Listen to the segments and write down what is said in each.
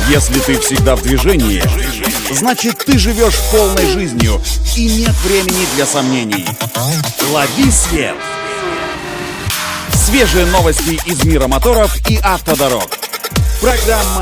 Если ты всегда в движении, значит, ты живешь полной жизнью и нет времени для сомнений. Лови свет! Свежие новости из мира моторов и автодорог. Программа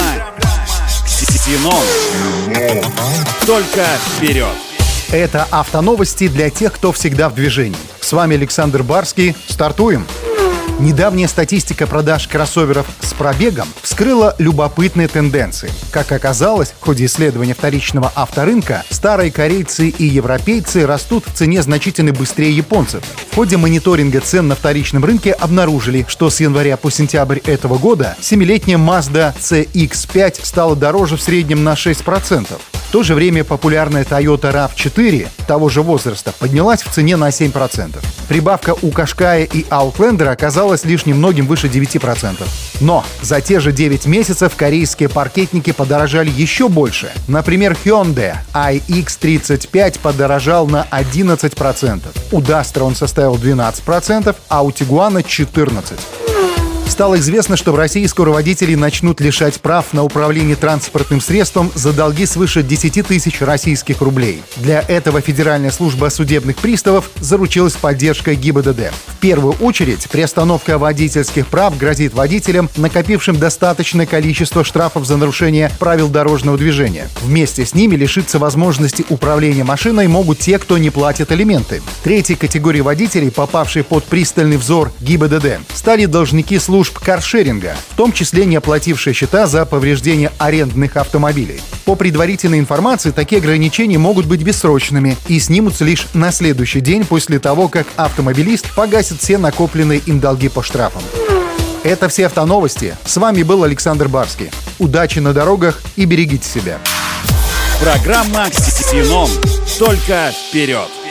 «Ксенон». Только вперед! Это автоновости для тех, кто всегда в движении. С вами Александр Барский. Стартуем! Недавняя статистика продаж кроссоверов с пробегом вскрыла любопытные тенденции. Как оказалось, в ходе исследования вторичного авторынка старые корейцы и европейцы растут в цене значительно быстрее японцев. В ходе мониторинга цен на вторичном рынке обнаружили, что с января по сентябрь этого года 7-летняя Mazda CX-5 стала дороже в среднем на 6%. В то же время популярная Toyota RAV4 того же возраста поднялась в цене на 7%. Прибавка у Qashqai и Outlander оказалась лишь немногим выше 9%. Но за те же 9 месяцев корейские паркетники подорожали еще больше. Например, Hyundai iX35 подорожал на 11%. У Duster он составил 12%, а у Tiguan 14%. Стало известно, что в России скоро водителей начнут лишать прав на управление транспортным средством за долги свыше 10 тысяч российских рублей. Для этого Федеральная служба судебных приставов заручилась поддержкой ГИБДД. В первую очередь, приостановка водительских прав грозит водителям, накопившим достаточное количество штрафов за нарушение правил дорожного движения. Вместе с ними лишиться возможности управления машиной могут те, кто не платит алименты. Третьей категорией водителей, попавшие под пристальный взор ГИБДД, стали должники служб каршеринга, в том числе не оплатившие счета за повреждение арендных автомобилей. По предварительной информации, такие ограничения могут быть бессрочными и снимутся лишь на следующий день после того, как автомобилист погасит все накопленные им долги по штрафам. Это все автоновости. С вами был Александр Барский. Удачи на дорогах и берегите себя. Программа «Ксенон». Только вперед!